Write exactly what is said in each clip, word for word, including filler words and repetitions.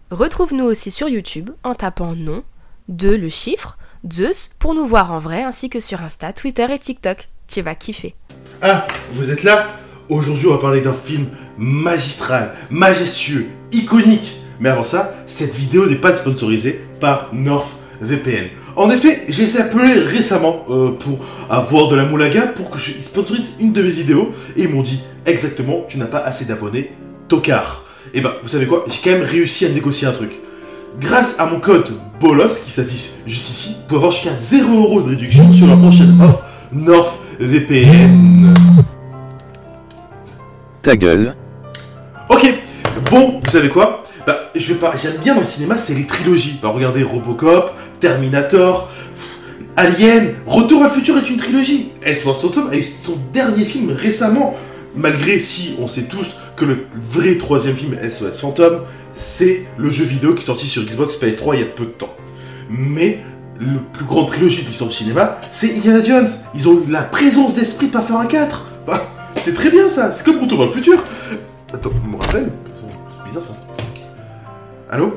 Retrouve-nous aussi sur YouTube en tapant nom, deux le chiffre, Zeus pour nous voir en vrai ainsi que sur Insta, Twitter et TikTok. Tu vas kiffer. Ah, vous êtes là ? Aujourd'hui, on va parler d'un film magistral, majestueux, iconique. Mais avant ça, cette vidéo n'est pas sponsorisée par NordVPN. En effet, j'ai été appelé récemment euh, pour avoir de la moulaga pour que je sponsorise une de mes vidéos et ils m'ont dit exactement, tu n'as pas assez d'abonnés, tocard. Et ben, vous savez quoi, j'ai quand même réussi à négocier un truc. Grâce à mon code BOLOS qui s'affiche juste ici, vous pouvez avoir jusqu'à zéro euro de réduction sur la prochaine offre NordVPN. Ta gueule. Ok, bon, vous savez quoi, bah, je vais pas, j'aime bien dans le cinéma, c'est les trilogies. Bah, regardez Robocop, Terminator, Alien, Retour vers le futur est une trilogie. S O S Phantom a eu son dernier film récemment, malgré si on sait tous que le vrai troisième film S O S Phantom, c'est le jeu vidéo qui est sorti sur Xbox P S trois il y a peu de temps. Mais le plus grand trilogie de l'histoire du cinéma, c'est Indiana Jones. Ils ont eu la présence d'esprit de pas faire un quatre. Bah, c'est très bien ça, c'est comme Retour vers le futur. Attends, on me rappelle, c'est bizarre ça. Allô ?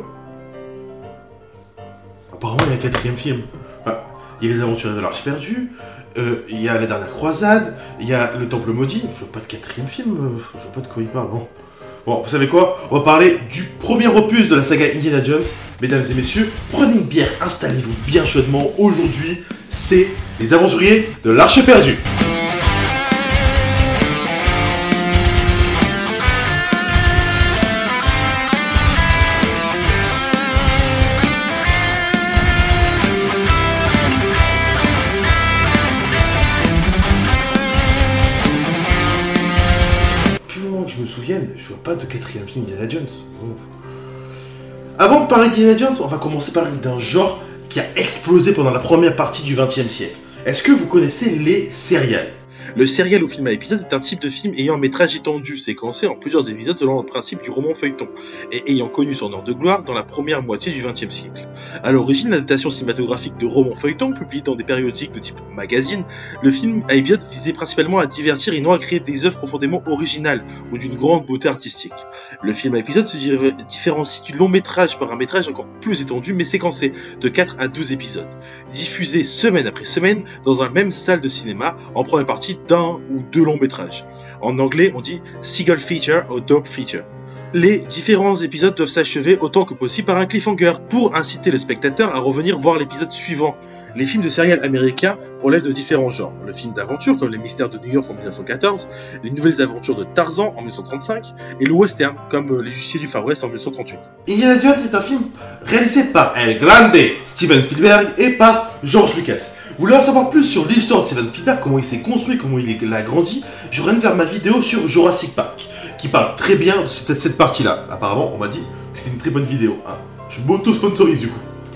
Apparemment, il y a un quatrième film. Bah, il y a les Aventuriers de l'Arche perdue, euh, il y a la dernière croisade, il y a le Temple maudit. Je vois pas de quatrième film, euh, je vois pas de quoi il parle. Bon. bon, vous savez quoi ? On va parler du premier opus de la saga Indiana Jones. Mesdames et messieurs, prenez une bière, installez-vous bien chaudement. Aujourd'hui, c'est les Aventuriers de l'Arche perdue. Je me souvienne, je vois pas de quatrième film Indiana Jones. Oh. Avant de parler d'Indiana Jones, on va commencer par parler d'un genre qui a explosé pendant la première partie du vingtième siècle. Est-ce que vous connaissez les serials ? Le serial ou film à épisode est un type de film ayant un métrage étendu, séquencé en plusieurs épisodes selon le principe du roman feuilleton, et ayant connu son heure de gloire dans la première moitié du vingtième siècle. À l'origine, l'adaptation cinématographique de romans feuilletons publiés dans des périodiques de type magazine, le film à épisode visait principalement à divertir et non à créer des œuvres profondément originales ou d'une grande beauté artistique. Le film à épisode se différencie du long métrage par un métrage encore plus étendu mais séquencé, de quatre à douze épisodes, diffusé semaine après semaine dans la même salle de cinéma en première partie d'un ou deux longs métrages. En anglais, on dit single feature ou double feature. Les différents épisodes doivent s'achever autant que possible par un cliffhanger pour inciter le spectateur à revenir voir l'épisode suivant. Les films de serial américains relèvent de différents genres. Le film d'aventure, comme Les Mystères de New York en dix-neuf cent quatorze, Les Nouvelles Aventures de Tarzan en dix-neuf cent trente-cinq, et le western, comme Les Justiciers du Far West en dix-neuf cent trente-huit. Indiana Jones est un film réalisé par El Grande, Steven Spielberg, et par George Lucas. Vous voulez en savoir plus sur l'histoire de Steven Spielberg, comment il s'est construit, comment il a grandi, je reviens vers ma vidéo sur Jurassic Park, qui parle très bien de cette, cette partie-là. Apparemment, on m'a dit que c'était une très bonne vidéo. Hein. Je m'auto-sponsorise du coup.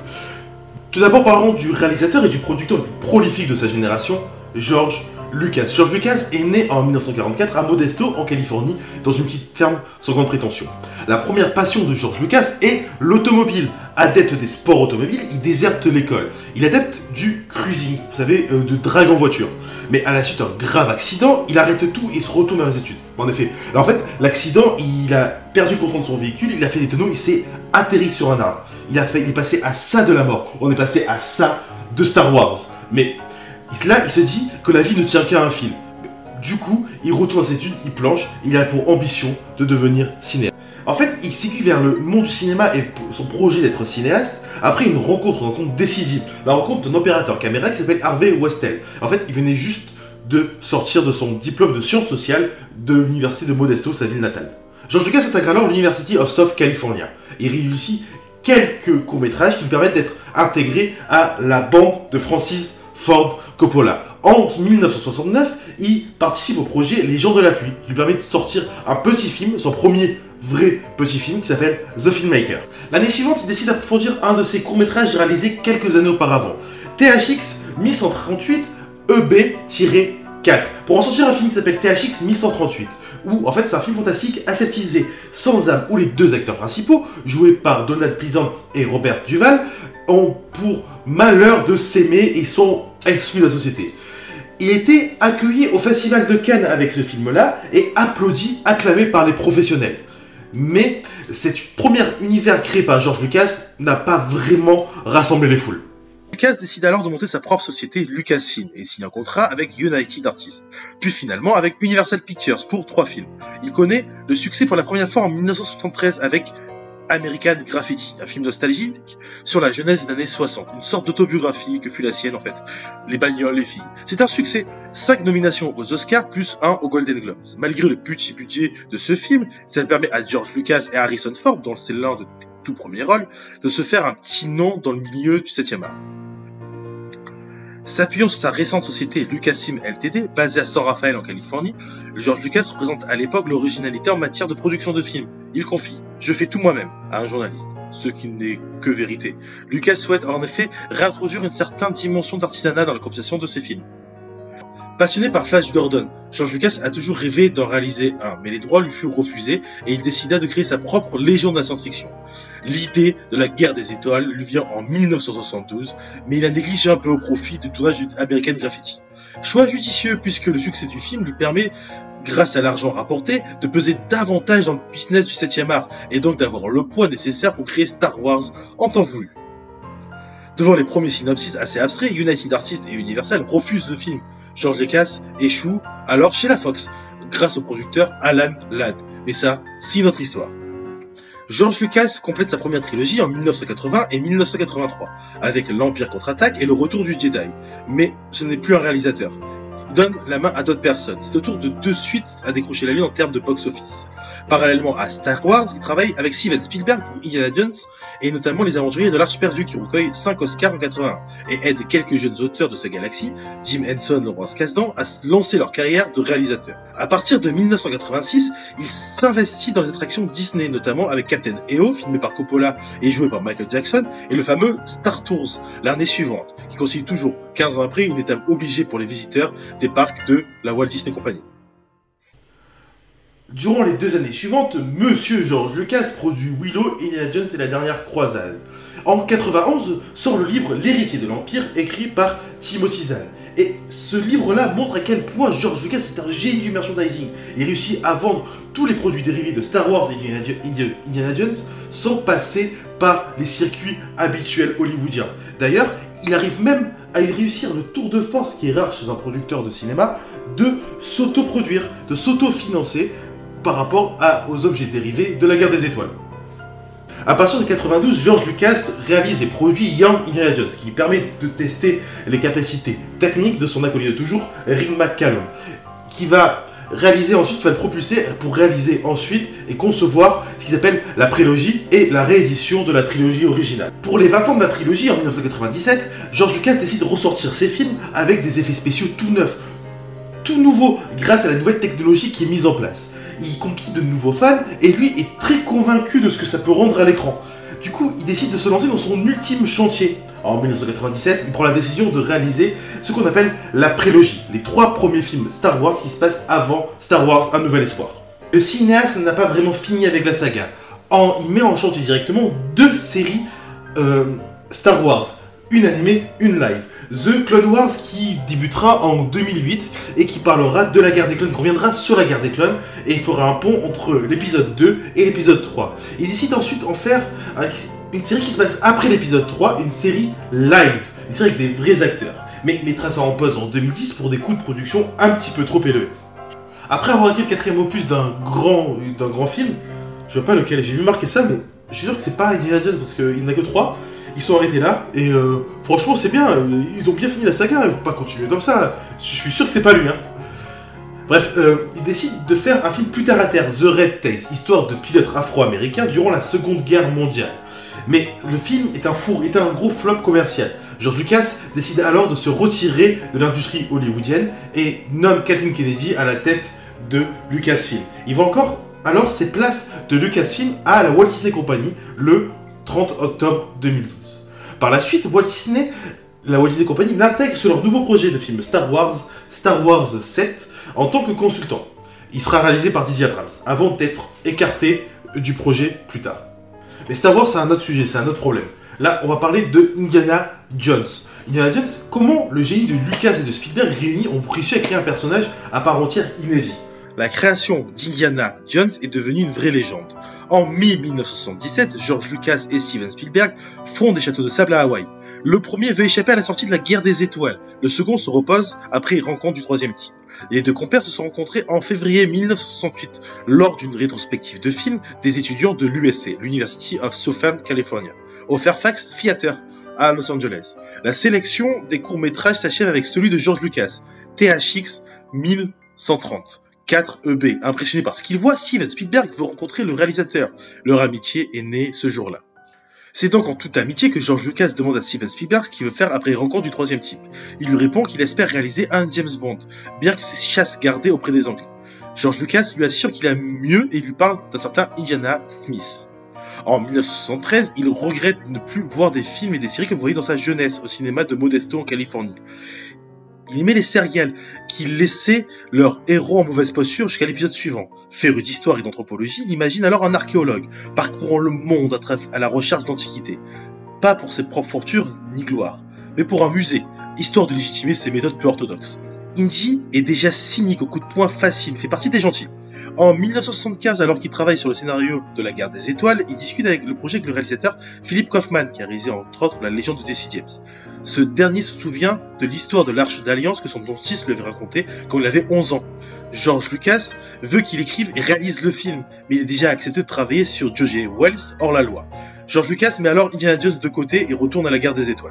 Tout d'abord, parlons du réalisateur et du producteur le plus prolifique de sa génération, George Lucas. George Lucas est né en dix-neuf cent quarante-quatre à Modesto, en Californie, dans une petite ferme sans grande prétention. La première passion de George Lucas est l'automobile. Adepte des sports automobiles, il déserte l'école. Il est adepte du cruising, vous savez, euh, de drague en voiture. Mais à la suite d'un grave accident, il arrête tout et se retourne vers les études. En effet, alors en fait, l'accident, il a perdu le contrôle de son véhicule, il a fait des tonneaux, il s'est atterri sur un arbre. Il, a fait, il est passé à ça de la mort. On est passé à ça de Star Wars. Mais là, il se dit que la vie ne tient qu'à un fil. Du coup, il retourne à ses études, il planche, il a pour ambition de devenir cinéaste. En fait, il s'aiguille vers le monde du cinéma et son projet d'être cinéaste après une rencontre, une rencontre décisive. La rencontre d'un opérateur caméra qui s'appelle Harvey Westel. En fait, il venait juste de sortir de son diplôme de sciences sociales de l'université de Modesto, sa ville natale. George Lucas intègre alors l'University of South California. Il réussit quelques courts-métrages qui lui permettent d'être intégré à la bande de Francis Ford Coppola. En dix-neuf cent soixante-neuf, il participe au projet Les Gens de la Pluie, qui lui permet de sortir un petit film, son premier vrai petit film, qui s'appelle The Filmmaker. L'année suivante, il décide d'approfondir un de ses courts-métrages réalisés quelques années auparavant, T H X mille cent trente-huit E B quatre, pour en sortir un film qui s'appelle T H X mille cent trente-huit, où en fait c'est un film fantastique aseptisé, sans âme, où les deux acteurs principaux, joués par Donald Pleasence et Robert Duvall, ont pour malheur de s'aimer et sont exclus de la société. Il était accueilli au Festival de Cannes avec ce film-là et applaudi, acclamé par les professionnels. mais cet premier univers créé par George Lucas n'a pas vraiment rassemblé les foules. Lucas décide alors de monter sa propre société Lucasfilm et signe un contrat avec United Artists, puis finalement avec Universal Pictures pour trois films. Il connaît le succès pour la première fois en dix-neuf cent soixante-treize avec American Graffiti, un film nostalgique sur la jeunesse des années soixante, une sorte d'autobiographie que fut la sienne en fait, les bagnoles, les filles. C'est un succès, cinq nominations aux Oscars plus un aux Golden Globes. Malgré le petit budget de ce film, ça permet à George Lucas et Harrison Ford, dont c'est l'un de tout premiers rôles, de se faire un petit nom dans le milieu du septième art. S'appuyant sur sa récente société Lucasfilm Ltd, basée à San Rafael en Californie, George Lucas représente à l'époque l'originalité en matière de production de films. Il confie « Je fais tout moi-même » à un journaliste, ce qui n'est que vérité. Lucas souhaite en effet réintroduire une certaine dimension d'artisanat dans la conception de ses films. Passionné par Flash Gordon, George Lucas a toujours rêvé d'en réaliser un, mais les droits lui furent refusés et il décida de créer sa propre légion de la science-fiction. L'idée de la guerre des étoiles lui vient en dix-neuf cent soixante-douze, mais il a négligé un peu au profit du tournage d'American Graffiti. Choix judicieux puisque le succès du film lui permet, grâce à l'argent rapporté, de peser davantage dans le business du septième art et donc d'avoir le poids nécessaire pour créer Star Wars en temps voulu. Devant les premiers synopsis assez abstraits, United Artists et Universal refusent le film. George Lucas échoue alors chez la Fox, grâce au producteur Alan Ladd. Mais ça, c'est une autre histoire. George Lucas complète sa première trilogie en dix-neuf cent quatre-vingts et dix-neuf cent quatre-vingt-trois, avec l'Empire contre-attaque et le retour du Jedi. Mais ce n'est plus un réalisateur. Il donne la main à d'autres personnes. C'est au tour de deux suites à décrocher la lune en termes de box-office. Parallèlement à Star Wars, il travaille avec Steven Spielberg pour Indiana Jones et notamment Les Aventuriers de l'Arche perdue qui recueille cinq Oscars en quatre-vingt-un et aide quelques jeunes auteurs de sa galaxie, Jim Henson, Laurence Kasdan, à lancer leur carrière de réalisateur. À partir de dix-neuf cent quatre-vingt-six, il s'investit dans les attractions Disney, notamment avec Captain E O, filmé par Coppola et joué par Michael Jackson, et le fameux Star Tours, l'année suivante, qui constitue toujours, quinze ans après, une étape obligée pour les visiteurs des parcs de la Walt Disney Company. Durant les deux années suivantes, Monsieur George Lucas produit Willow, Indiana Jones et la dernière croisade. En quatre-vingt-onze sort le livre L'héritier de l'Empire, écrit par Timothy Zahn. Et ce livre-là montre à quel point George Lucas est un génie du merchandising. Il réussit à vendre tous les produits dérivés de Star Wars et Indiana Jones sans passer par les circuits habituels hollywoodiens. D'ailleurs, il arrive même à y réussir le tour de force qui est rare chez un producteur de cinéma, de s'autoproduire, de s'autofinancer par rapport à, aux objets dérivés de la guerre des étoiles. À partir de quatre-vingt-douze, George Lucas réalise et produit Young Indiana Jones, qui lui permet de tester les capacités techniques de son acolyte de toujours, Rick McCallum, qui va réaliser ensuite, qui va le propulser pour réaliser ensuite et concevoir ce qu'ils appellent la prélogie et la réédition de la trilogie originale. Pour les vingt ans de la trilogie, en dix-neuf cent quatre-vingt-dix-sept, George Lucas décide de ressortir ses films avec des effets spéciaux tout neufs, tout nouveaux, grâce à la nouvelle technologie qui est mise en place. Il conquit de nouveaux fans et lui est très convaincu de ce que ça peut rendre à l'écran. Du coup, il décide de se lancer dans son ultime chantier. En dix-neuf cent quatre-vingt-dix-sept, il prend la décision de réaliser ce qu'on appelle la prélogie, les trois premiers films Star Wars qui se passent avant Star Wars Un Nouvel Espoir. Le cinéaste n'a pas vraiment fini avec la saga. En, il met en chantier directement deux séries euh, Star Wars, une animée, une live. The Clone Wars qui débutera en deux mille huit et qui parlera de la guerre des clones, qui reviendra sur la guerre des clones et fera un pont entre l'épisode deux et l'épisode trois. Il décide ensuite d'en faire une série qui se passe après l'épisode trois, une série live, une série avec des vrais acteurs, mais il mettra ça en pause en deux mille dix pour des coûts de production un petit peu trop élevés. Après avoir écrit le quatrième opus d'un grand, d'un grand film, je vois pas lequel, j'ai vu marquer ça, mais je suis sûr que c'est pas Indiana Jones parce qu'il n'y en a que trois. Ils sont arrêtés là, et euh, franchement c'est bien, ils ont bien fini la saga, ils vont pas continuer comme ça, je suis sûr que c'est pas lui. Hein. Bref, euh, il décide de faire un film plus terre à terre, The Red Tails, histoire de pilotes afro-américains durant la Seconde Guerre mondiale. Mais le film est un four, est un gros flop commercial. George Lucas décide alors de se retirer de l'industrie hollywoodienne et nomme Kathleen Kennedy à la tête de Lucasfilm. Il vend encore alors ses places de Lucasfilm à la Walt Disney Company le trente octobre deux mille douze. Par la suite, Walt Disney, la Walt Disney Company l'intègre sur leur nouveau projet de film Star Wars, Star Wars sept, en tant que consultant. Il sera réalisé par D J Abrams, avant d'être écarté du projet plus tard. Mais Star Wars, c'est un autre sujet, c'est un autre problème. Là, on va parler de Indiana Jones. Indiana Jones, comment le génie de Lucas et de Spielberg réunis ont réussi à créer un personnage à part entière inédit. La création d'Indiana Jones est devenue une vraie légende. En mai mille neuf cent soixante-dix-sept, George Lucas et Steven Spielberg font des châteaux de sable à Hawaï. Le premier veut échapper à la sortie de la guerre des étoiles. Le second se repose après une rencontre du troisième type. Les deux compères se sont rencontrés en février mille neuf cent soixante-huit lors d'une rétrospective de films des étudiants de l'U S C, l'University of Southern California, au Fairfax Theater à Los Angeles. La sélection des courts-métrages s'achève avec celui de George Lucas, T H X mille cent trente. quatre E B. Impressionné par ce qu'il voit, Steven Spielberg veut rencontrer le réalisateur. Leur amitié est née ce jour-là. C'est donc en toute amitié que George Lucas demande à Steven Spielberg ce qu'il veut faire après une rencontre du troisième type. Il lui répond qu'il espère réaliser un James Bond, bien que c'est chasse gardée auprès des Anglais. George Lucas lui assure qu'il a mieux et lui parle d'un certain Indiana Smith. En mille neuf cent soixante-treize, il regrette de ne plus voir des films et des séries comme vous voyez dans sa jeunesse au cinéma de Modesto en Californie. Il aimait les serials qui laissaient leurs héros en mauvaise posture jusqu'à l'épisode suivant. Féru d'histoire et d'anthropologie, il imagine alors un archéologue parcourant le monde à, tra- à la recherche d'antiquités. Pas pour ses propres fortunes ni gloire, mais pour un musée, histoire de légitimer ses méthodes peu orthodoxes. Indy est déjà cynique au coup de poing facile, fait partie des gentils. En mille neuf cent soixante-quinze, alors qu'il travaille sur le scénario de La Guerre des Étoiles, il discute avec le projet avec le réalisateur Philip Kaufman, qui a réalisé entre autres La Légende de Jesse James. Ce dernier se souvient de l'histoire de l'Arche d'Alliance que son dentiste lui avait raconté quand il avait onze ans. George Lucas veut qu'il écrive et réalise le film, mais il est déjà accepté de travailler sur George Wells hors la loi. George Lucas met alors Indiana Jones de côté et retourne à La Guerre des Étoiles.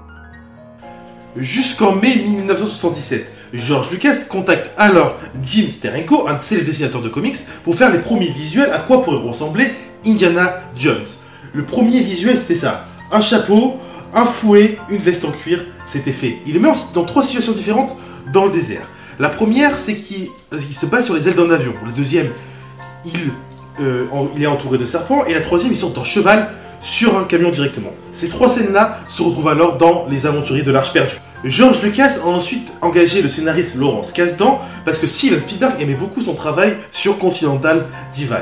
Jusqu'en mai mille neuf cent soixante-dix-sept, George Lucas contacte alors Jim Steranko, un de ses dessinateurs de comics, pour faire les premiers visuels à quoi pourrait ressembler Indiana Jones. Le premier visuel, c'était ça. Un chapeau, un fouet, une veste en cuir, c'était fait. Il le met dans trois situations différentes dans le désert. La première, c'est qu'il il se base sur les ailes d'un avion. La deuxième, il, euh, en, il est entouré de serpents. Et la troisième, il sort en cheval sur un camion directement. Ces trois scènes-là se retrouvent alors dans Les Aventuriers de l'Arche perdue. George Lucas a ensuite engagé le scénariste Lawrence Kasdan parce que Steven Spielberg aimait beaucoup son travail sur Continental Divide.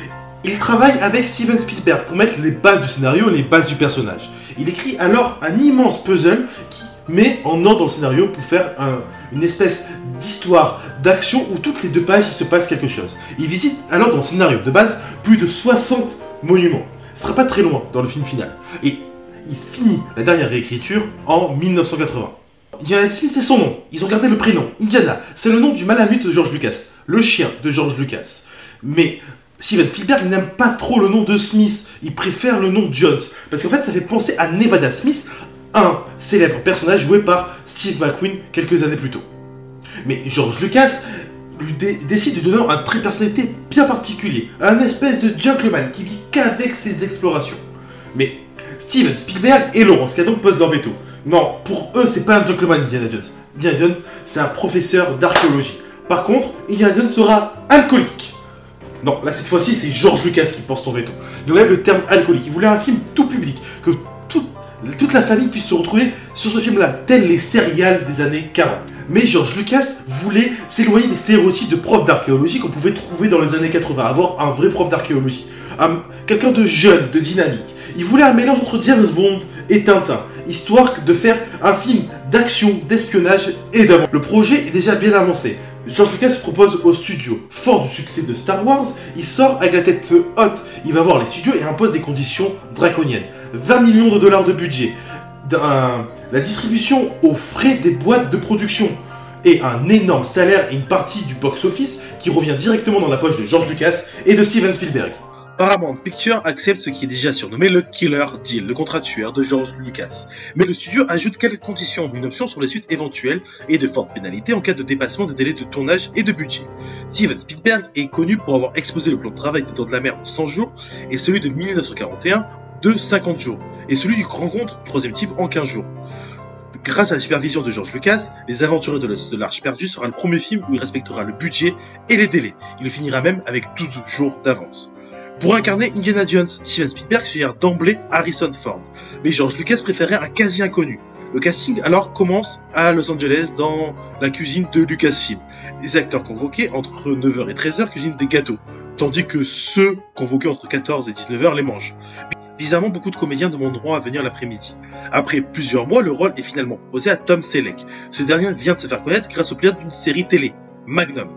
Il travaille avec Steven Spielberg pour mettre les bases du scénario, les bases du personnage. Il écrit alors un immense puzzle qui met en ordre dans le scénario pour faire un, une espèce d'histoire, d'action où toutes les deux pages il se passe quelque chose. Il visite alors dans le scénario de base plus de soixante monuments. Ce sera pas très loin dans le film final. Et il finit la dernière réécriture en mille neuf cent quatre-vingts. Indiana Smith, c'est son nom. Ils ont gardé le prénom. Indiana, c'est le nom du malamute de George Lucas. Le chien de George Lucas. Mais Steven Spielberg n'aime pas trop le nom de Smith. Il préfère le nom Jones. Parce qu'en fait, ça fait penser à Nevada Smith, un célèbre personnage joué par Steve McQueen quelques années plus tôt. Mais George Lucas lui dé- décide de donner un trait de personnalité bien particulier. Un espèce de gentleman qui vit qu'avec ses explorations. Mais Steven Spielberg et Lawrence Kasdan posent leur veto. Non, pour eux, c'est pas un gentleman, Indiana Jones. Indiana Jones, c'est un professeur d'archéologie. Par contre, Indiana Jones sera alcoolique. Non, là, cette fois-ci, c'est George Lucas qui pense son veto. Il enlève le terme alcoolique. Il voulait un film tout public, que tout, toute la famille puisse se retrouver sur ce film-là, tel les serials des années quarante. Mais George Lucas voulait s'éloigner des stéréotypes de prof d'archéologie qu'on pouvait trouver dans les années quatre-vingts, avoir un vrai prof d'archéologie. Un, quelqu'un de jeune, de dynamique. Il voulait un mélange entre James Bond et Tintin, histoire de faire un film d'action, d'espionnage et d'aventure. Le projet est déjà bien avancé. George Lucas propose au studio, fort du succès de Star Wars, il sort avec la tête haute. Il va voir les studios et impose des conditions draconiennes. vingt millions de dollars de budget, d'un, la distribution aux frais des boîtes de production, et un énorme salaire et une partie du box-office qui revient directement dans la poche de George Lucas et de Steven Spielberg. Paramount Pictures accepte ce qui est déjà surnommé le Killer Deal, le contrat tueur de George Lucas. Mais le studio ajoute quelques conditions, une option sur les suites éventuelles et de fortes pénalités en cas de dépassement des délais de tournage et de budget. Steven Spielberg est connu pour avoir exposé le plan de travail des Dents de la Mer en cent jours et celui de mille neuf cent quarante et un de cinquante jours, et celui du Grand Compte du troisième type en quinze jours. Grâce à la supervision de George Lucas, Les Aventuriers de l'Arche perdue sera le premier film où il respectera le budget et les délais. Il le finira même avec douze jours d'avance. Pour incarner Indiana Jones, Steven Spielberg suggère d'emblée Harrison Ford, mais George Lucas préférait un quasi-inconnu. Le casting alors commence à Los Angeles dans la cuisine de Lucasfilm. Les acteurs convoqués entre neuf heures et treize heures cuisinent des gâteaux, tandis que ceux convoqués entre quatorze et dix-neuf heures les mangent. Bizarrement, beaucoup de comédiens demanderont à venir l'après-midi. Après plusieurs mois, le rôle est finalement proposé à Tom Selleck. Ce dernier vient de se faire connaître grâce au pilote d'une série télé, Magnum.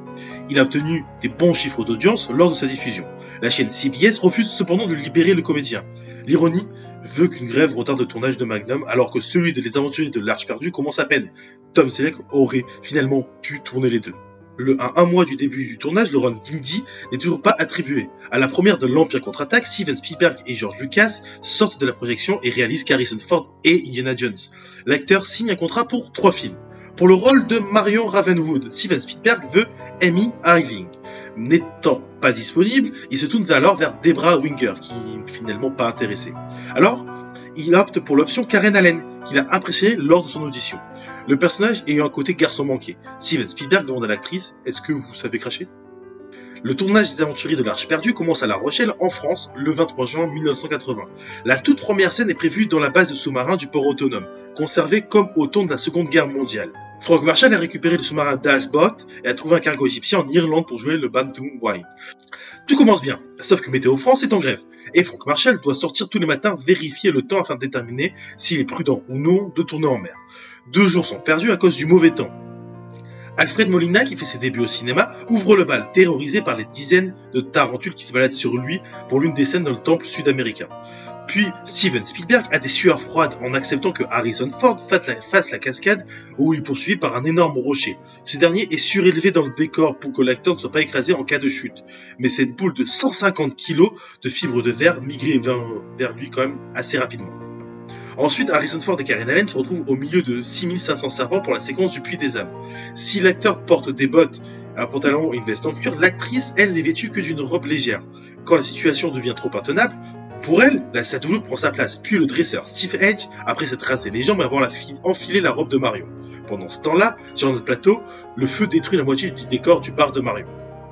Il a obtenu des bons chiffres d'audience lors de sa diffusion. La chaîne C B S refuse cependant de libérer le comédien. L'ironie veut qu'une grève retarde le tournage de Magnum alors que celui de Les Aventuriers de l'Arche perdue commence à peine. Tom Selleck aurait finalement pu tourner les deux. Le, à un mois du début du tournage, le run d'Indy n'est toujours pas attribué. À la première de l'Empire contre-attaque, Steven Spielberg et George Lucas sortent de la projection et réalisent Harrison Ford et Indiana Jones. L'acteur signe un contrat pour trois films. Pour le rôle de Marion Ravenwood, Steven Spielberg veut Amy Irving. N'étant pas disponible, il se tourne alors vers Debra Winger, qui n'est finalement pas intéressée. Alors, il opte pour l'option Karen Allen, qui l'a impressionné lors de son audition. Le personnage ayant un côté garçon manqué. Steven Spielberg demande à l'actrice « Est-ce que vous savez cracher ?» Le tournage des Aventuriers de l'Arche perdue commence à La Rochelle, en France, le vingt-trois juin mille neuf cent quatre-vingts. La toute première scène est prévue dans la base de sous-marins du port autonome, conservée comme au temps de la Seconde Guerre mondiale. Frank Marshall a récupéré le sous-marin Dasbot et a trouvé un cargo égyptien en Irlande pour jouer le Bantam Wine. Tout commence bien, sauf que Météo France est en grève, et Frank Marshall doit sortir tous les matins vérifier le temps afin de déterminer s'il est prudent ou non de tourner en mer. Deux jours sont perdus à cause du mauvais temps. Alfred Molina, qui fait ses débuts au cinéma, ouvre le bal, terrorisé par les dizaines de tarentules qui se baladent sur lui pour l'une des scènes dans le temple sud-américain. Puis Steven Spielberg a des sueurs froides en acceptant que Harrison Ford fasse la, fasse la cascade où il est poursuivi par un énorme rocher. Ce dernier est surélevé dans le décor pour que l'acteur ne soit pas écrasé en cas de chute. Mais cette boule de cent cinquante kilos de fibres de verre migrait vers, vers lui quand même assez rapidement. Ensuite, Harrison Ford et Karen Allen se retrouvent au milieu de six mille cinq cents serpents pour la séquence du Puits des âmes. Si l'acteur porte des bottes, un pantalon et une veste en cuir, l'actrice, elle, n'est vêtue que d'une robe légère. Quand la situation devient trop intenable, pour elle, la Sadoulou prend sa place, puis le dresseur Steve Edge, après s'être rasé les jambes et avoir enfilé la robe de Marion. Pendant ce temps-là, sur notre plateau, le feu détruit la moitié du décor du bar de Marion.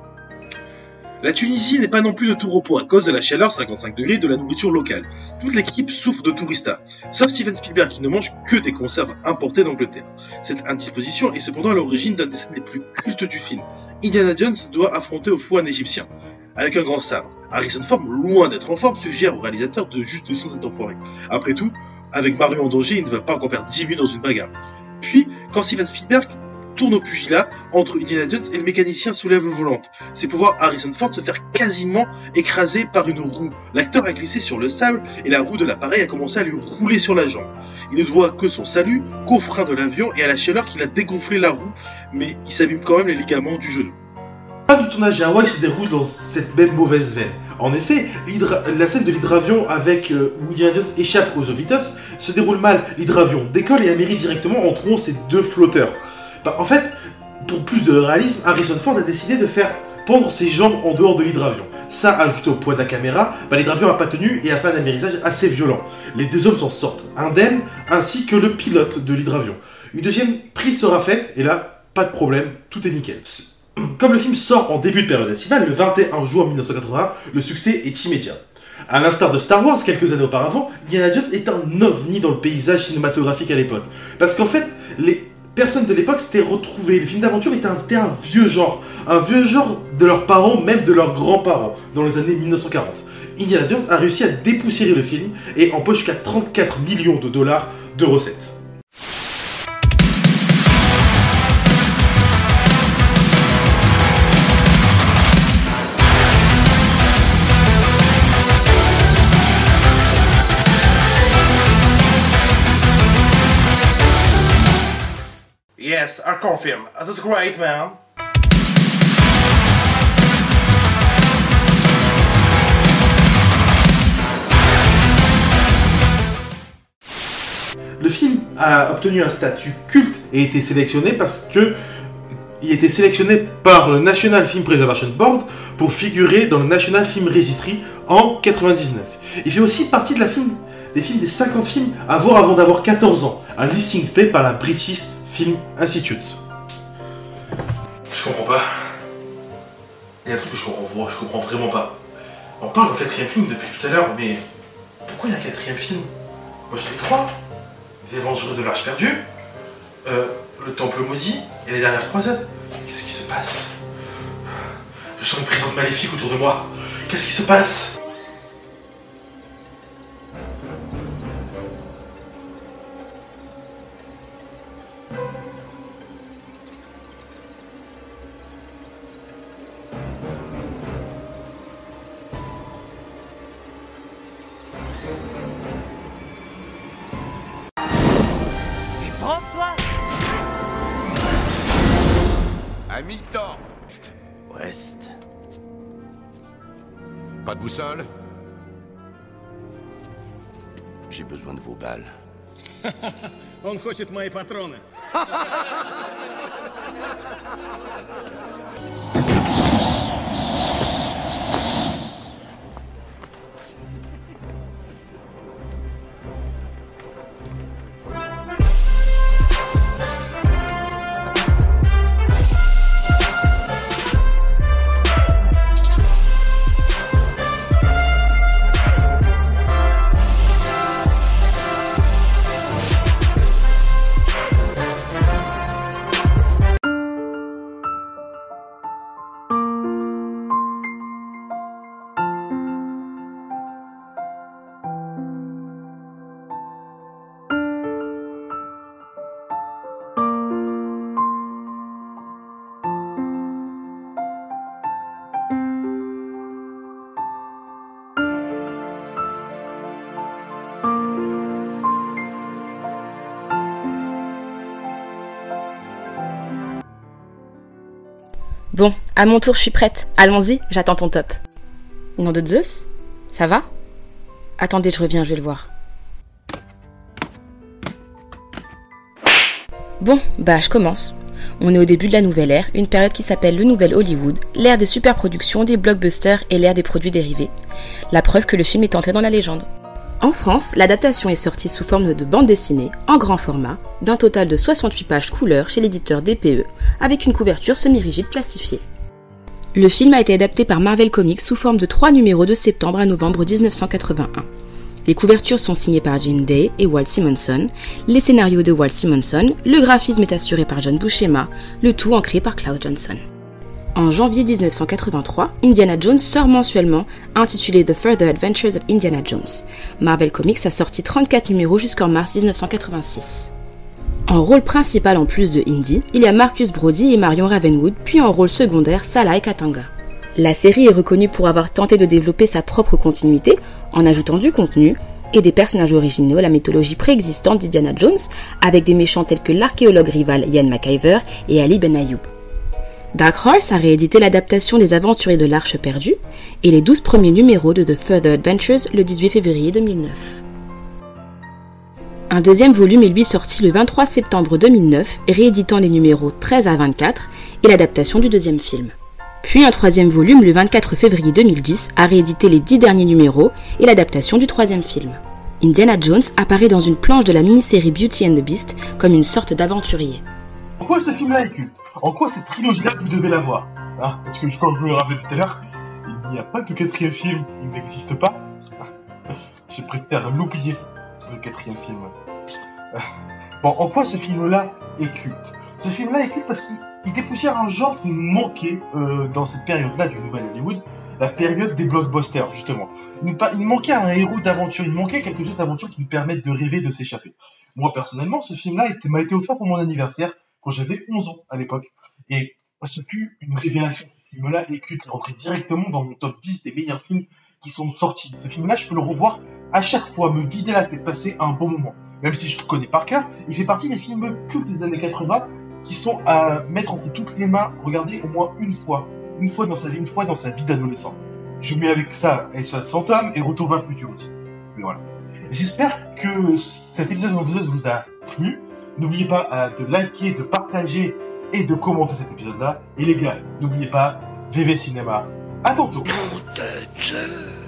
La Tunisie n'est pas non plus de tout repos à cause de la chaleur cinquante-cinq degrés de la nourriture locale. Toute l'équipe souffre de tourista, sauf Steven Spielberg qui ne mange que des conserves importées d'Angleterre. Cette indisposition est cependant à l'origine d'un des scènes les plus cultes du film. Indiana Jones doit affronter au fou un Égyptien, avec un grand sabre. Harrison Ford, loin d'être en forme, suggère au réalisateur de juste descendre cet enfoiré. Après tout, avec Marion en danger, il ne va pas encore perdre dix minutes dans une bagarre. Puis, quand Steven Spielberg tourne au pugilat entre Indiana Jones et le mécanicien soulève le volant. C'est pour voir Harrison Ford se faire quasiment écraser par une roue. L'acteur a glissé sur le sable et la roue de l'appareil a commencé à lui rouler sur la jambe. Il ne doit que son salut qu'au frein de l'avion et à la chaleur qu'il a dégonflé la roue, mais il s'abîme quand même les ligaments du genou. Pas du tournage à Hawaï se déroule dans cette même mauvaise veine. En effet, la scène de l'hydravion avec euh, où Indiana Jones échappe aux Ovitos se déroule mal. L'hydravion décolle et amérit directement entre ces deux flotteurs. Bah, en fait, pour plus de réalisme, Harrison Ford a décidé de faire pendre ses jambes en dehors de l'hydravion. Ça, ajouté au poids de la caméra, bah, l'hydravion n'a pas tenu et a fait un amérissage assez violent. Les deux hommes s'en sortent indemnes, ainsi que le pilote de l'hydravion. Une deuxième prise sera faite, et là, pas de problème, tout est nickel. Comme le film sort en début de période estivale, le vingt et un juin mille neuf cent quatre-vingts, le succès est immédiat. À l'instar de Star Wars, quelques années auparavant, Indiana Jones est un ovni dans le paysage cinématographique à l'époque. Parce qu'en fait, les personnes de l'époque s'étaient retrouvées. Le film d'aventure était un, était un vieux genre. Un vieux genre de leurs parents, même de leurs grands-parents, dans les années mille neuf cent quarante. Indiana Jones a réussi à dépoussiérer le film et empoche jusqu'à trente-quatre millions de dollars de recettes. Yes, I confirm. That's great, man. Le film a obtenu un statut culte et été sélectionné parce que il était sélectionné par le National Film Preservation Board pour figurer dans le National Film Registry en quatre-vingt-dix-neuf. Il fait aussi partie de la film, des films des cinquante films à voir avant d'avoir quatorze ans, un listing fait par la British Film Institute. Je comprends pas. Il y a un truc que je comprends pas, je comprends vraiment pas. On parle d'un quatrième film depuis tout à l'heure, mais pourquoi il y a un quatrième film? Moi j'ai les trois. Les Aventuriers de l'Arche perdue, euh, le Temple maudit et les dernières croisades. Qu'est-ce qui se passe? Je sens une présence maléfique autour de moi. Qu'est-ce qui se passe? mi-temps. Ouest. Pas de boussole? J'ai besoin de vos balles. Он хочет мои патроны. Bon, à mon tour, je suis prête. Allons-y, j'attends ton top. Nom de Zeus? Ça va? Attendez, je reviens, je vais le voir. Bon, bah je commence. On est au début de la nouvelle ère, une période qui s'appelle le Nouvel Hollywood, l'ère des superproductions, des blockbusters et l'ère des produits dérivés. La preuve que le film est entré dans la légende. En France, l'adaptation est sortie sous forme de bande dessinée, en grand format, d'un total de soixante-huit pages couleur chez l'éditeur D P E, avec une couverture semi-rigide plastifiée. Le film a été adapté par Marvel Comics sous forme de trois numéros de septembre à novembre dix-neuf cent quatre-vingt-un. Les couvertures sont signées par Gene Day et Walt Simonson, les scénarios de Walt Simonson, le graphisme est assuré par John Buscema, le tout ancré par Klaus Johnson. En janvier dix-neuf cent quatre-vingt-trois, Indiana Jones sort mensuellement, intitulé The Further Adventures of Indiana Jones. Marvel Comics a sorti trente-quatre numéros jusqu'en mars dix-neuf cent quatre-vingt-six. En rôle principal en plus de Indy, il y a Marcus Brody et Marion Ravenwood, puis en rôle secondaire, Salah et Katanga. La série est reconnue pour avoir tenté de développer sa propre continuité, en ajoutant du contenu et des personnages originaux à la mythologie préexistante d'Indiana Jones, avec des méchants tels que l'archéologue rival Ian McIver et Ali Ben Ayoub. Dark Horse a réédité l'adaptation des Aventuriers de l'Arche perdue et les douze premiers numéros de The Further Adventures le dix-huit février deux mille neuf. Un deuxième volume est lui sorti le vingt-trois septembre deux mille neuf, rééditant les numéros treize à vingt-quatre et l'adaptation du deuxième film. Puis un troisième volume le vingt-quatre février deux mille dix a réédité les dix derniers numéros et l'adaptation du troisième film. Indiana Jones apparaît dans une planche de la mini-série Beauty and the Beast comme une sorte d'aventurier. En quoi ce film-là est culte? En quoi cette trilogie-là, vous devez la voir? Ah, parce que comme je vous le rappelais tout à l'heure, il n'y a pas de quatrième film, il n'existe pas. Je préfère l'oublier, le quatrième film. Bon, en quoi ce film-là est culte? Ce film-là est culte parce qu'il dépoussière un genre qui nous manquait euh, dans cette période-là du Nouvel Hollywood, la période des blockbusters, justement. Il, il manquait un héros d'aventure, il manquait quelque chose d'aventure qui nous permette de rêver, de s'échapper. Moi, personnellement, ce film-là m'a été offert pour mon anniversaire, quand j'avais onze ans à l'époque. Et ce fut une révélation. Ce film-là est culte, il est rentré directement dans mon top dix des meilleurs films qui sont sortis. Ce film-là, je peux le revoir à chaque fois, me vider la tête, passer un bon moment. Même si je le connais par cœur, il fait partie des films cultes des années quatre-vingts qui sont à mettre entre toutes les mains, regarder au moins une fois. Une fois dans sa vie, une fois dans sa vie d'adolescent. Je mets avec ça S O S Fantôme et Retour vers le futur aussi. Mais voilà. J'espère que cet épisode vous a plu. N'oubliez pas euh, de liker, de partager et de commenter cet épisode-là. Et les gars, n'oubliez pas, V V Cinéma. À tantôt.